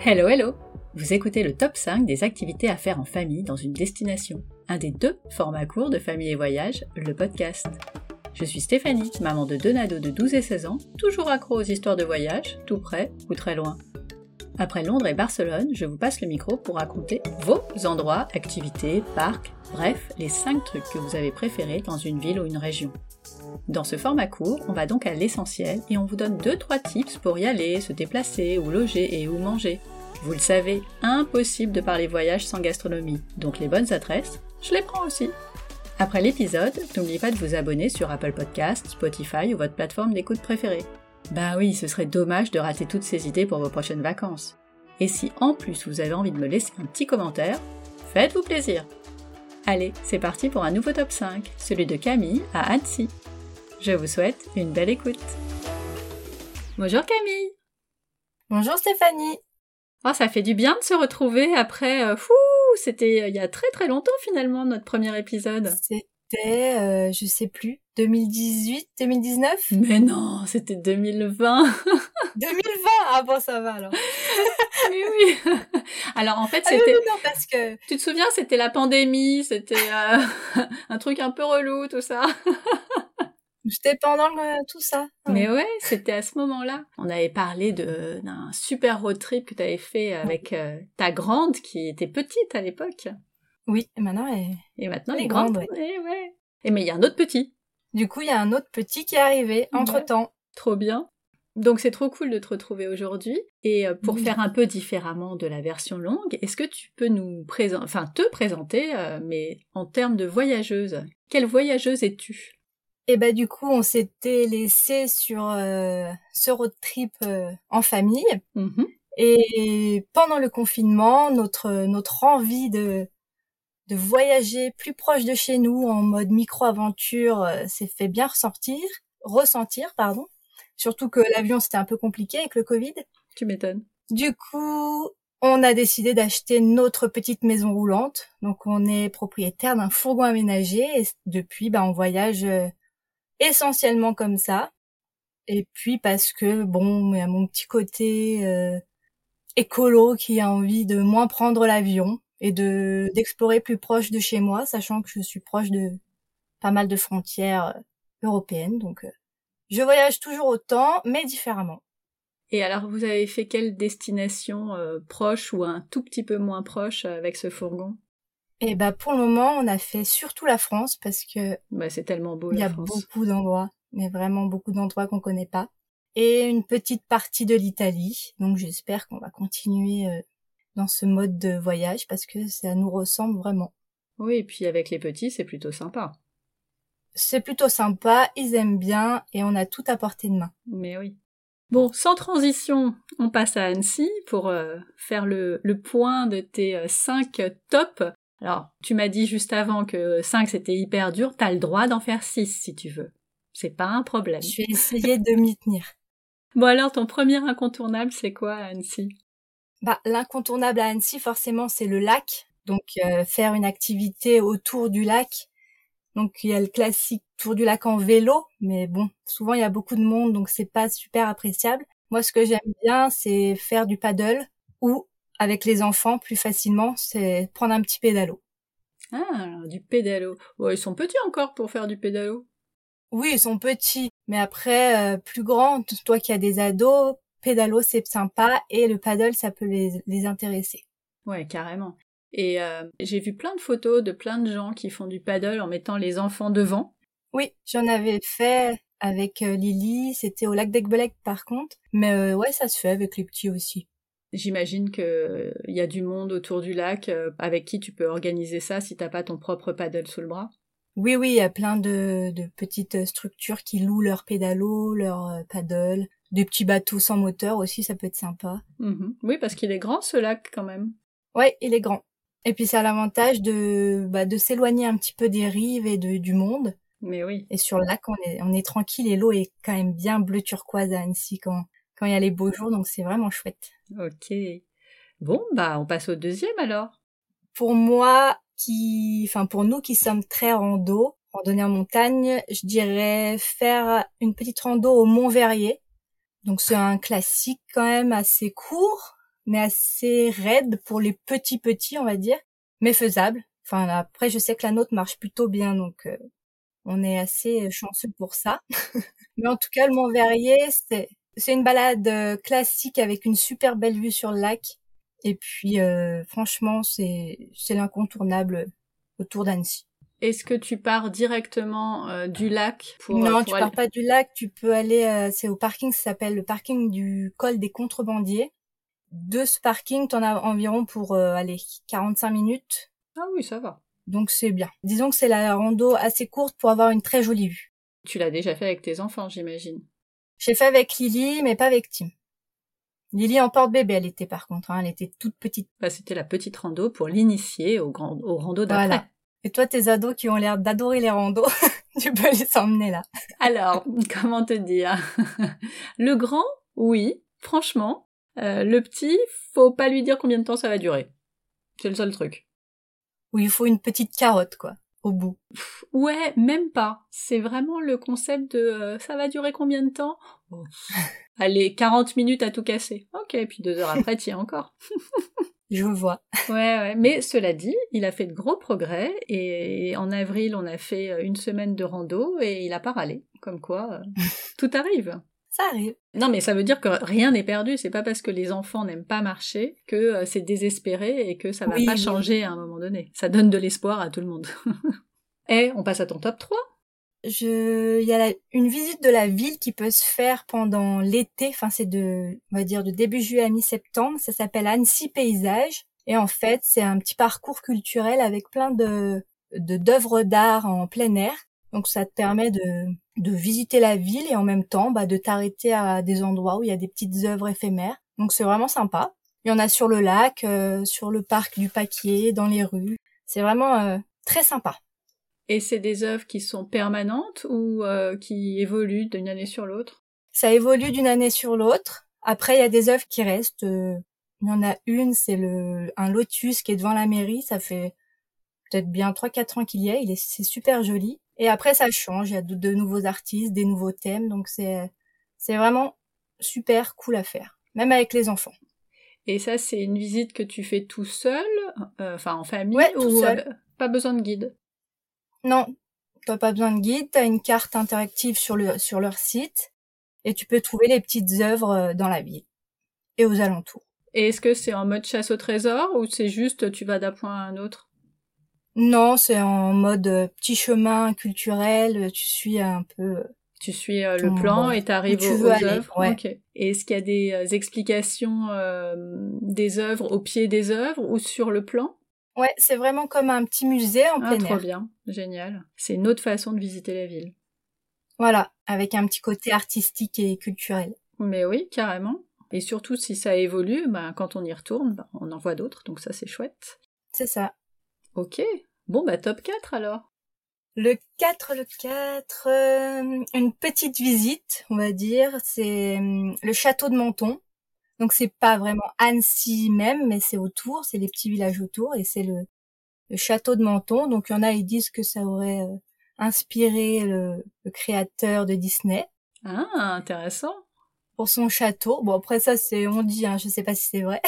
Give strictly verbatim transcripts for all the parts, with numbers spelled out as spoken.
Hello hello! Vous écoutez le top cinq des activités à faire en famille dans une destination, un des deux formats courts de Famille et Voyage, le podcast. Je suis Stéphanie, maman de deux nados de douze et seize ans, toujours accro aux histoires de voyage, tout près ou très loin. Après Londres et Barcelone, je vous passe le micro pour raconter vos endroits, activités, parcs, bref, les cinq trucs que vous avez préférés dans une ville ou une région. Dans ce format court, on va donc à l'essentiel et on vous donne deux trois tips pour y aller, se déplacer, où loger et où manger. Vous le savez, impossible de parler voyage sans gastronomie, donc les bonnes adresses, je les prends aussi. Après l'épisode, n'oubliez pas de vous abonner sur Apple Podcasts, Spotify ou votre plateforme d'écoute préférée. Bah oui, ce serait dommage de rater toutes ces idées pour vos prochaines vacances. Et si en plus vous avez envie de me laisser un petit commentaire, faites-vous plaisir. Allez, c'est parti pour un nouveau top cinq, celui de Camille à Annecy. Je vous souhaite une belle écoute. Bonjour Camille. Bonjour Stéphanie. Oh, ça fait du bien de se retrouver après, euh, fou, c'était euh, il y a très très longtemps finalement notre premier épisode. C'était, euh, je sais plus, deux mille dix-huit, deux mille dix-neuf? Mais non, c'était deux mille vingt. deux mille vingt. Ah bon, ça va alors. Oui, oui. Alors en fait, ah, c'était... Non, non, parce que... Tu te souviens, c'était la pandémie, c'était euh, un truc un peu relou, tout ça. J'étais pendant le, tout ça. Ouais. Mais ouais, c'était à ce moment-là. On avait parlé de, d'un super road trip que tu avais fait avec euh, ta grande qui était petite à l'époque. Oui, et maintenant elle, et maintenant, elle elle est grande. grande ouais. Et, ouais. et mais il y a un autre petit. Du coup, il y a un autre petit qui est arrivé entre-temps. Ouais. Trop bien. Donc c'est trop cool de te retrouver aujourd'hui. Et pour oui. faire un peu différemment de la version longue, est-ce que tu peux nous présenter, enfin te présenter, euh, mais en termes de voyageuse, quelle voyageuse es-tu ? Et bah du coup, on s'était laissé sur euh, ce road trip euh, en famille. Mm-hmm. Et pendant le confinement, notre notre envie de de voyager plus proche de chez nous en mode micro-aventure euh, s'est fait bien ressentir, ressentir, pardon. Surtout que l'avion c'était un peu compliqué avec le Covid. Tu m'étonnes. Du coup, on a décidé d'acheter notre petite maison roulante. Donc on est propriétaire d'un fourgon aménagé et depuis, bah on voyage euh, essentiellement comme ça. Et puis parce que bon, il y a mon petit côté euh, écolo qui a envie de moins prendre l'avion et de d'explorer plus proche de chez moi, sachant que je suis proche de pas mal de frontières euh, européennes. Donc euh, je voyage toujours autant, mais différemment. Et alors, vous avez fait quelle destination euh, proche ou un tout petit peu moins proche avec ce fourgon ? Et bah pour le moment, on a fait surtout la France parce que bah c'est tellement beau la il y a France. beaucoup d'endroits, mais vraiment beaucoup d'endroits qu'on connaît pas. Et une petite partie de l'Italie. Donc j'espère qu'on va continuer euh, dans ce mode de voyage parce que ça nous ressemble vraiment. Oui, et puis avec les petits, c'est plutôt sympa. C'est plutôt sympa, ils aiment bien et on a tout à portée de main. Mais oui. Bon, sans transition, on passe à Annecy pour euh, faire le, le point de tes euh, cinq tops. Alors, tu m'as dit juste avant que cinq c'était hyper dur, t'as le droit d'en faire six si tu veux. C'est pas un problème. Je vais essayer de m'y tenir. Bon alors, ton premier incontournable, c'est quoi à Annecy ? Bah, l'incontournable à Annecy, forcément, c'est le lac. Donc, euh, faire une activité autour du lac. Donc, il y a le classique tour du lac en vélo, mais bon, souvent, il y a beaucoup de monde, donc c'est pas super appréciable. Moi, ce que j'aime bien, c'est faire du paddle ou, avec les enfants, plus facilement, c'est prendre un petit pédalo. Ah, du pédalo. Oh, ils sont petits encore pour faire du pédalo. Oui, ils sont petits, mais après, euh, plus grands, toi qui as des ados, pédalo, c'est sympa, et le paddle, ça peut les, les intéresser. Ouais, carrément. Et euh, j'ai vu plein de photos de plein de gens qui font du paddle en mettant les enfants devant. Oui, j'en avais fait avec euh, Lily, c'était au lac d'Aiguebelec par contre, mais euh, ouais, ça se fait avec les petits aussi. J'imagine qu'il euh, y a du monde autour du lac euh, avec qui tu peux organiser ça si t'as pas ton propre paddle sous le bras. Oui, oui, il y a plein de, de petites structures qui louent leurs pédalos, leurs euh, paddles, des petits bateaux sans moteur aussi, ça peut être sympa. Mmh. Oui, parce qu'il est grand ce lac quand même. Ouais, il est grand. Et puis ça a l'avantage de, bah, de s'éloigner un petit peu des rives et de, du monde. Mais oui. Et sur le lac, on est, on est tranquille et l'eau est quand même bien bleu turquoise à Annecy quand, quand il y a les beaux jours, donc c'est vraiment chouette. Ok. Bon, bah on passe au deuxième alors. Pour moi, qui, enfin pour nous qui sommes très rando, randonnée en montagne, je dirais faire une petite rando au Mont Verrier. Donc c'est un classique quand même assez court, mais assez raide pour les petits petits, on va dire, mais faisable. Enfin, après, je sais que la nôtre marche plutôt bien, donc euh, on est assez chanceux pour ça. Mais en tout cas, le Mont Verrier, c'est c'est une balade euh, classique avec une super belle vue sur le lac. Et puis, euh, franchement, c'est c'est l'incontournable autour d'Annecy. Est-ce que tu pars directement euh, du lac pour Non, pour tu aller... pars pas du lac, tu peux aller, euh, c'est au parking, ça s'appelle le parking du col des Contrebandiers. De ce parking, t'en as environ pour euh, aller quarante-cinq minutes. Ah oui, ça va. Donc c'est bien. Disons que c'est la rando assez courte pour avoir une très jolie vue. Tu l'as déjà fait avec tes enfants, j'imagine. J'ai fait avec Lily, mais pas avec Tim. Lily en porte-bébé, elle était par contre, hein, elle était toute petite. Bah, c'était la petite rando pour l'initier au, grand, au rando d'après. Voilà. Et toi, tes ados qui ont l'air d'adorer les randos, tu peux les emmener là. Alors, comment te dire? Le grand, oui, franchement. Euh, le petit, faut pas lui dire combien de temps ça va durer. C'est le seul truc. Où il faut une petite carotte, quoi, au bout. Pff, ouais, même pas. C'est vraiment le concept de euh, ça va durer combien de temps? Oh, allez, quarante minutes à tout casser. Ok, puis deux heures après, t'y es encore. Je vois. Ouais, ouais. Mais cela dit, il a fait de gros progrès et en avril, on a fait une semaine de rando et il a pas râlé. Comme quoi, euh, tout arrive. Ça arrive. Non, mais ça veut dire que rien n'est perdu. C'est pas parce que les enfants n'aiment pas marcher que euh, c'est désespéré et que ça va Oui, pas oui, changer oui. à un moment donné. Ça donne de l'espoir à tout le monde. Et on passe à ton top trois. Je, il y a la- une visite de la ville qui peut se faire pendant l'été. Enfin, c'est de, on va dire de début juillet à mi-septembre. Ça s'appelle Annecy Paysage. Et en fait, c'est un petit parcours culturel avec plein de, de d'œuvres d'art en plein air. Donc, ça te permet de, de visiter la ville et en même temps, bah, de t'arrêter à des endroits où il y a des petites œuvres éphémères. Donc, c'est vraiment sympa. Il y en a sur le lac, euh, sur le parc du Paquier, dans les rues. C'est vraiment euh, très sympa. Et c'est des œuvres qui sont permanentes ou euh, qui évoluent d'une année sur l'autre? Ça évolue d'une année sur l'autre. Après, il y a des œuvres qui restent. Euh, il y en a une, c'est le un lotus qui est devant la mairie. Ça fait peut-être bien trois quatre ans qu'il y est. Il est c'est super joli. Et après, ça change. Il y a de, de nouveaux artistes, des nouveaux thèmes. Donc c'est c'est vraiment super cool à faire, même avec les enfants. Et ça, c'est une visite que tu fais tout seul, euh, enfin en famille, Ouais, tout ou seul. euh, pas besoin de guide? Non, t'as pas besoin de guide. T'as une carte interactive sur le sur leur site et tu peux trouver les petites œuvres dans la ville et aux alentours. Et est-ce que c'est en mode chasse au trésor ou c'est juste tu vas d'un point à un autre? Non, c'est en mode euh, petit chemin culturel, euh, tu suis un peu euh, Tu suis euh, le ton, plan bon, et où t'arrives tu aux, veux aux aller. œuvres. Ouais. Ok. Et est-ce qu'il y a des euh, explications euh, des œuvres au pied des œuvres ou sur le plan? Ouais, c'est vraiment comme un petit musée en Ah, plein trop air. bien. Génial. C'est une autre façon de visiter la ville. Voilà, avec un petit côté artistique et culturel. Mais oui, carrément. Et surtout, si ça évolue, ben, quand on y retourne, ben, on en voit d'autres, donc ça c'est chouette. C'est ça. Ok. Bon, bah top quatre alors. Le quatre, le quatre, euh, une petite visite, on va dire, c'est euh, le château de Menton. Donc c'est pas vraiment Annecy même, mais c'est autour, c'est les petits villages autour, et c'est le, le château de Menton. Donc il y en a, ils disent que ça aurait euh, inspiré le, le créateur de Disney Ah, intéressant. pour son château. Bon après ça c'est, on dit, hein, je sais pas si c'est vrai.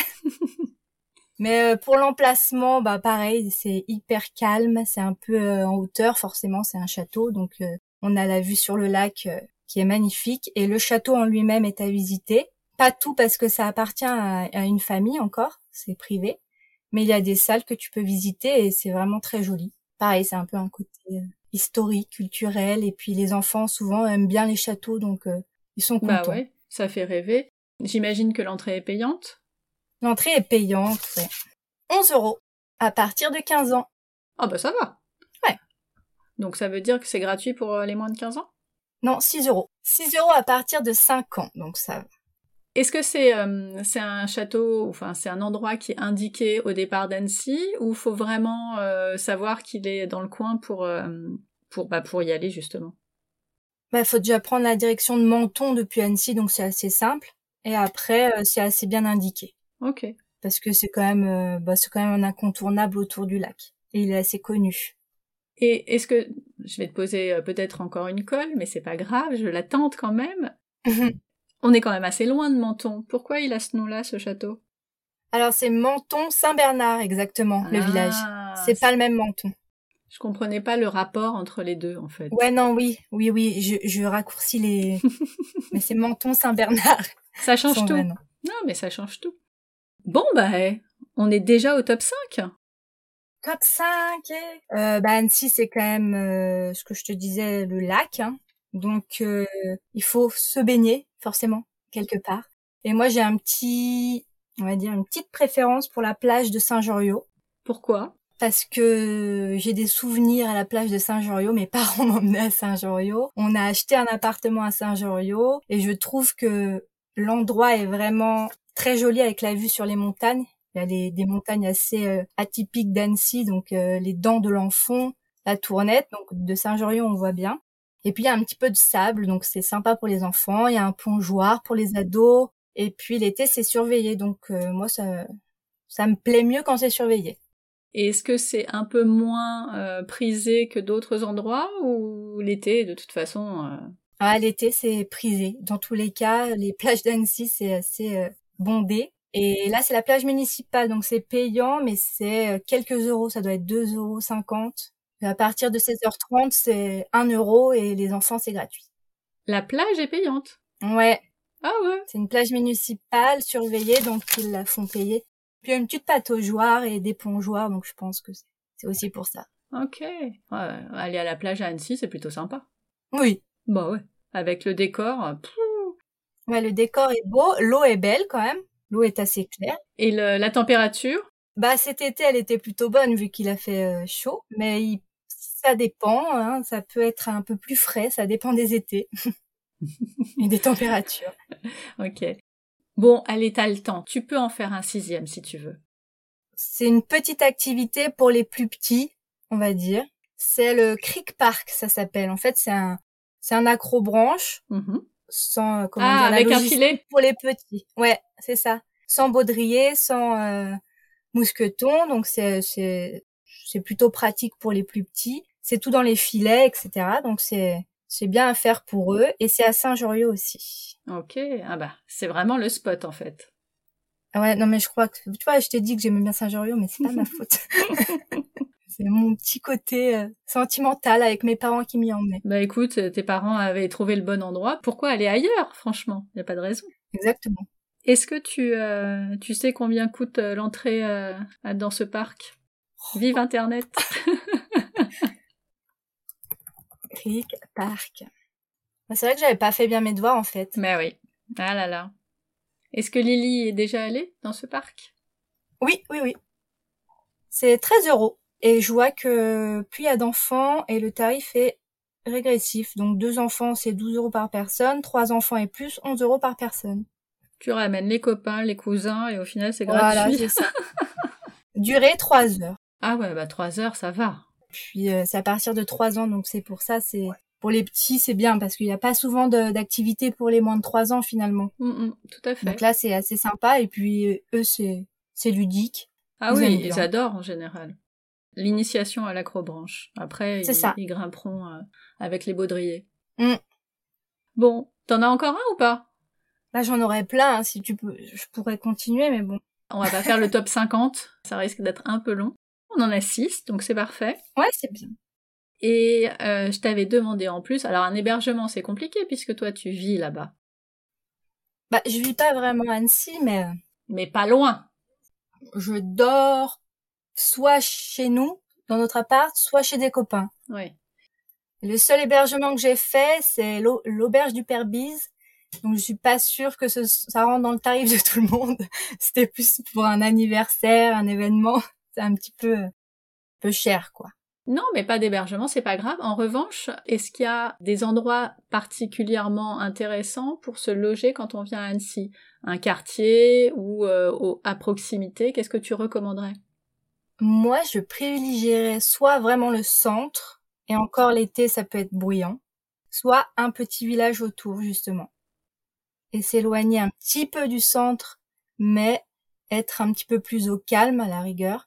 Mais euh, pour l'emplacement, bah pareil, c'est hyper calme, c'est un peu euh, en hauteur, forcément c'est un château, donc euh, on a la vue sur le lac euh, qui est magnifique, et le château en lui-même est à visiter. Pas tout parce que ça appartient à, à une famille encore, c'est privé, mais il y a des salles que tu peux visiter et c'est vraiment très joli. Pareil, c'est un peu un côté euh, historique, culturel, et puis les enfants souvent aiment bien les châteaux, donc euh, ils sont contents. Bah ouais, ça fait rêver. J'imagine que l'entrée est payante. L'entrée est payante, ouais. onze euros à partir de quinze ans. Ah bah ça va. Ouais. Donc ça veut dire que c'est gratuit pour euh, les moins de quinze ans? Non, six euros. six euros à partir de cinq ans, donc ça va. Est-ce que c'est euh, c'est un château, enfin c'est un endroit qui est indiqué au départ d'Annecy, ou faut vraiment euh, savoir qu'il est dans le coin pour euh, pour bah pour y aller justement? Bah, faut déjà prendre la direction de Menton depuis Annecy, donc c'est assez simple. Et après, euh, c'est assez bien indiqué. Ok. Parce que c'est quand même, euh, bah, c'est quand même un incontournable autour du lac. Et il est assez connu. Et est-ce que je vais te poser euh, peut-être encore une colle, mais c'est pas grave, je la tente quand même. On est quand même assez loin de Menton. Pourquoi il a ce nom-là, ce château? Alors c'est Menton-Saint-Bernard exactement, le village. Ah, C'est pas le même Menton. Je comprenais pas le rapport entre les deux, en fait. Ouais, non, oui, oui, oui, je, je raccourcis les... mais c'est Menton-Saint-Bernard, Ça change son vrai tout. nom. Non, mais ça change tout. Bon, bah, eh, on est déjà au top cinq. Top cinq. Euh, bah Annecy, c'est quand même euh, ce que je te disais, le lac. Hein. Donc, euh, il faut se baigner, forcément, quelque part. Et moi, j'ai un petit, on va dire, une petite préférence pour la plage de Saint-Joriot. Pourquoi? Parce que j'ai des souvenirs à la plage de Saint-Joriot. Mes parents m'emmenaient à Saint-Joriot. On a acheté un appartement à Saint-Joriot. Et je trouve que l'endroit est vraiment très joli avec la vue sur les montagnes. Il y a des, des montagnes assez euh, atypiques d'Annecy, donc euh, les Dents de l'Enfant, la Tournette, donc de Saint-Joriot on voit bien. Et puis il y a un petit peu de sable, donc c'est sympa pour les enfants. Il y a un plongeoir pour les ados. Et puis l'été c'est surveillé, donc euh, moi ça ça me plaît mieux quand c'est surveillé. Et est-ce que c'est un peu moins euh, prisé que d'autres endroits ou l'été, de toute façon euh... Ah, l'été c'est prisé. Dans tous les cas, les plages d'Annecy c'est assez euh, bondé. Et là, c'est la plage municipale, donc c'est payant, mais c'est quelques euros, ça doit être deux euros cinquante. Et à partir de seize heures trente, c'est un euro et les enfants, c'est gratuit. La plage est payante? Ouais. Ah ouais? C'est une plage municipale surveillée, donc ils la font payer. Puis il y a une petite pataugeoire et des plongeoires, donc je pense que c'est aussi pour ça. Ok. Ouais, aller à la plage à Annecy, c'est plutôt sympa. Oui. Bah ouais. Avec le décor. Pff. Ouais, le décor est beau, l'eau est belle quand même. L'eau est assez claire. Et le, la température? Bah cet été, elle était plutôt bonne vu qu'il a fait euh, chaud, mais il, ça dépend. Hein, ça peut être un peu plus frais, ça dépend des étés et des températures. Ok. Bon, allez, t'as le temps. Tu peux en faire un sixième si tu veux. C'est une petite activité pour les plus petits, on va dire. C'est le Creek Park, ça s'appelle. En fait, c'est un, c'est un accrobranche. Mm-hmm. Sans, comment ah, dire, la avec un logistique filet? pour les petits. Ouais, c'est ça. Sans baudrier, sans euh, mousqueton. Donc, c'est, c'est, c'est plutôt pratique pour les plus petits. C'est tout dans les filets, et cetera. Donc, c'est, c'est bien à faire pour eux. Et c'est à Saint-Joriot aussi. Ok. Ah bah, c'est vraiment le spot, en fait. Ah ouais, non, mais je crois que, tu vois, je t'ai dit que j'aimais bien Saint-Joriot, mais c'est pas ma faute. C'est mon petit côté euh, sentimental avec mes parents qui m'y emmenaient. Bah écoute, tes parents avaient trouvé le bon endroit. Pourquoi aller ailleurs, franchement? Y a pas de raison. Exactement. Est-ce que tu, euh, tu sais combien coûte l'entrée euh, dans ce parc? Vive Internet. Creek Park. Bah, c'est vrai que j'avais pas fait bien mes devoirs, en fait. Mais oui. Ah là là. Est-ce que Lily est déjà allée dans ce parc? Oui, oui, oui. C'est treize euros. Et je vois que plus il y a d'enfants et le tarif est régressif. Donc deux enfants, c'est douze euros par personne. Trois enfants et plus, onze euros par personne. Tu ramènes les copains, les cousins, et au final, c'est Voilà, gratuit. c'est ça. Durée, trois heures. Ah ouais, bah trois heures, ça va. Puis euh, c'est à partir de trois ans, donc c'est pour ça, c'est pour les petits, c'est bien, parce qu'il n'y a pas souvent de, d'activités pour les moins de trois ans, finalement. Mm, mm, tout à fait. Donc là, c'est assez sympa, et puis euh, eux, c'est, c'est ludique. Ah Ils oui, aiment ils bien. adorent en général. L'initiation à l'acrobranche. Après, C'est ils, ça. ils grimperont euh, avec les baudriers. Mm. Bon, t'en as encore un ou pas? Là, j'en aurais plein, hein, si tu peux, je pourrais continuer, mais bon. On va pas faire le top cinquante, ça risque d'être un peu long. On en a six, donc c'est parfait. Ouais, c'est bien. Et euh, je t'avais demandé en plus, alors un hébergement c'est compliqué puisque toi tu vis là-bas. Bah, je vis pas vraiment à Annecy, mais Mais pas loin. je dors soit chez nous, dans notre appart, soit chez des copains. Oui. Le seul hébergement que j'ai fait, c'est l'au- l'auberge du Père Bise. Donc, je suis pas sûre que ce, ça rentre dans le tarif de tout le monde. C'était plus pour un anniversaire, un événement. C'est un petit peu, peu cher, quoi. Non, mais pas d'hébergement, c'est pas grave. En revanche, est-ce qu'il y a des endroits particulièrement intéressants pour se loger quand on vient à Annecy? Un quartier ou euh, au, à proximité? Qu'est-ce que tu recommanderais? Moi, je privilégierais soit vraiment le centre, et encore l'été, ça peut être bruyant, soit un petit village autour, justement. Et s'éloigner un petit peu du centre, mais être un petit peu plus au calme, à la rigueur.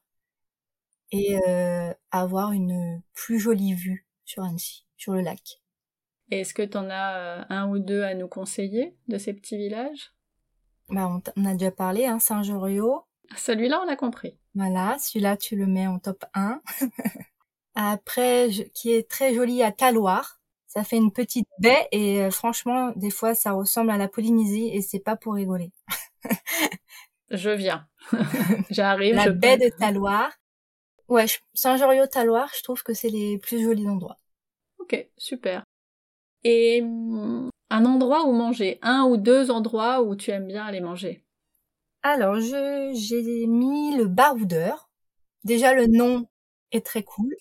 Et euh, avoir une plus jolie vue sur Annecy, sur le lac. Et est-ce que t'en as euh, un ou deux à nous conseiller de ces petits villages? Bah, on, t- on a déjà parlé, hein, Saint-Joriot. Celui-là, on l'a compris. Voilà, celui-là, tu le mets en top un. Après, je, qui est très joli à Taloir. Ça fait une petite baie et euh, franchement, des fois, ça ressemble à la Polynésie et c'est pas pour rigoler. Je viens. J'arrive. La je baie peux... de Taloir. Ouais, Saint-Joriot-Taloir, je trouve que c'est les plus jolis endroits. Ok, super. Et hum, un endroit où manger, un ou deux endroits où tu aimes bien aller manger. Alors, je j'ai mis le Baroudeur. Déjà, le nom est très cool.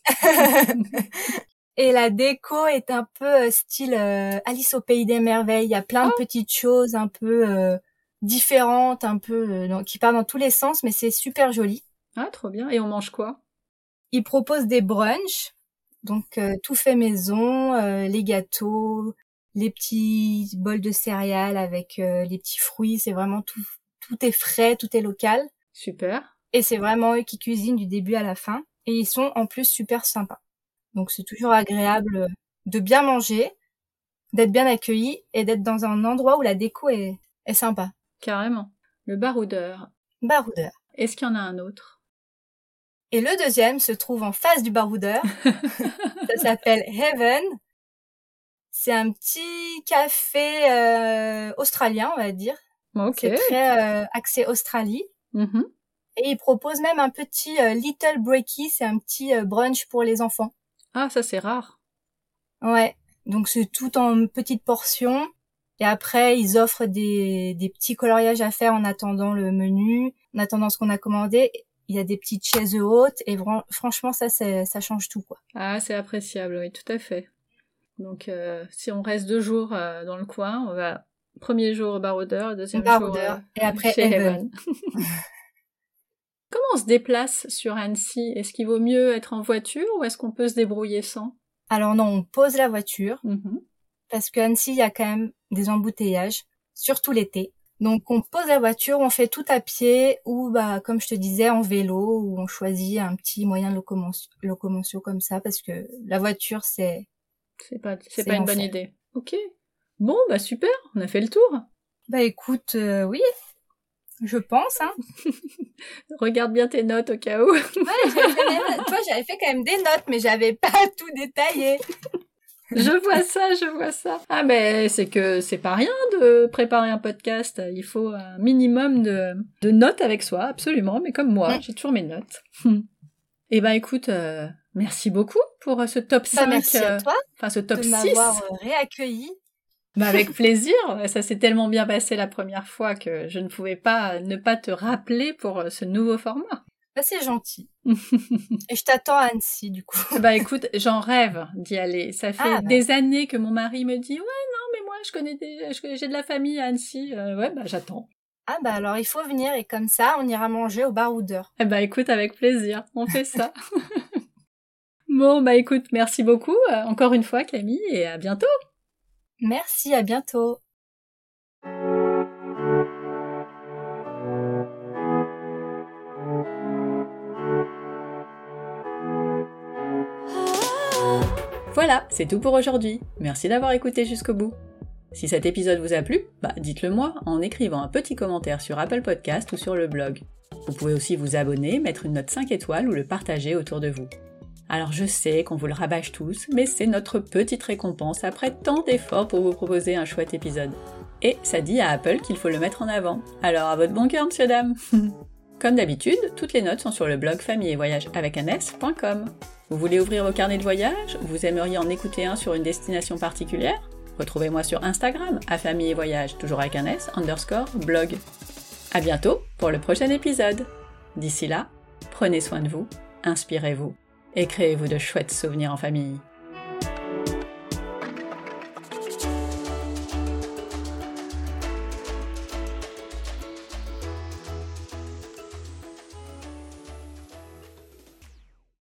Et la déco est un peu euh, style euh, Alice au Pays des Merveilles. Il y a plein de Oh. petites choses un peu euh, différentes, un peu euh, dans, qui partent dans tous les sens, mais c'est super joli. Ah, trop bien. Et on mange quoi? Ils proposent des brunchs, donc euh, tout fait maison, euh, les gâteaux, les petits bols de céréales avec euh, les petits fruits. C'est vraiment tout, tout est frais, tout est local. Super. Et c'est vraiment eux qui cuisinent du début à la fin. Et ils sont en plus super sympas. Donc c'est toujours agréable de bien manger, d'être bien accueilli et d'être dans un endroit où la déco est, est sympa. Carrément. Le Baroudeur. Baroudeur. Est-ce qu'il y en a un autre? Et le deuxième se trouve en face du Baroudeur. Ça s'appelle Heaven. C'est un petit café euh, australien, on va dire. Ok. C'est très euh, axé Australie. Mm-hmm. Et ils proposent même un petit euh, Little Breaky, c'est un petit euh, brunch pour les enfants. Ah, ça c'est rare. Ouais, donc c'est tout en petites portions. Et après, ils offrent des, des petits coloriages à faire en attendant le menu, en attendant ce qu'on a commandé. Il y a des petites chaises hautes et vra- franchement, ça, c'est, ça change tout, quoi. Ah, c'est appréciable, oui, tout à fait. Donc, euh, si on reste deux jours euh, dans le coin, on va premier jour au Baroudeur, deuxième Baroudeur, jour euh, et après chez Heaven. Heaven. Comment on se déplace sur Annecy? Est-ce qu'il vaut mieux être en voiture ou est-ce qu'on peut se débrouiller sans? Alors non, on pose la voiture, Mm-hmm. parce qu'à Annecy, il y a quand même des embouteillages, surtout l'été. Donc on pose la voiture, on fait tout à pied, ou bah comme je te disais, en vélo, ou on choisit un petit moyen de locomotion, locomotion comme ça, parce que la voiture, c'est... C'est pas, c'est C'est pas une l'enfer. bonne idée. Ok. Bon, bah super, on a fait le tour. Bah écoute, euh, oui, je pense, hein. Regarde bien tes notes au cas où. Ouais, j'avais fait mes notes. Toi, j'avais fait quand même des notes, mais j'avais pas tout détaillé. Je vois ça, je vois ça. Ah mais c'est que c'est pas rien de préparer un podcast. Il faut un minimum de, de notes avec soi, absolument. Mais comme moi, Mm. j'ai toujours mes notes. Eh ben écoute, euh, merci beaucoup pour ce top cinq. Bah merci à toi Enfin ce top de six. m'avoir euh, réaccueilli. Bah avec plaisir. Ça s'est tellement bien passé la première fois que je ne pouvais pas ne pas te rappeler pour ce nouveau format. Bah c'est gentil. Et je t'attends à Annecy, du coup. Bah écoute, j'en rêve d'y aller. Ça fait Ah, bah. des années que mon mari me dit « Ouais, non, mais moi, je connais des... je- j'ai de la famille à Annecy. Euh, ouais, bah j'attends. » Ah bah alors il faut venir et comme ça, on ira manger au Baroudeur. Eh bah écoute, avec plaisir, on fait ça. Bon, bah écoute, merci beaucoup, euh, encore une fois Camille, et à bientôt. Merci, à bientôt. Voilà, c'est tout pour aujourd'hui. Merci d'avoir écouté jusqu'au bout. Si cet épisode vous a plu, bah dites-le moi en écrivant un petit commentaire sur Apple Podcast ou sur le blog. Vous pouvez aussi vous abonner, mettre une note cinq étoiles ou le partager autour de vous. Alors je sais qu'on vous le rabâche tous, mais c'est notre petite récompense après tant d'efforts pour vous proposer un chouette épisode. Et ça dit à Apple qu'il faut le mettre en avant. Alors à votre bon cœur, monsieur dame. Comme d'habitude, toutes les notes sont sur le blog famille et voyage avec un s point com. Vous voulez ouvrir vos carnets de voyage? Vous aimeriez en écouter un sur une destination particulière? Retrouvez-moi sur Instagram, à famille et voyage, toujours avec un S, underscore, blog. À bientôt pour le prochain épisode. D'ici là, prenez soin de vous, inspirez-vous et créez-vous de chouettes souvenirs en famille.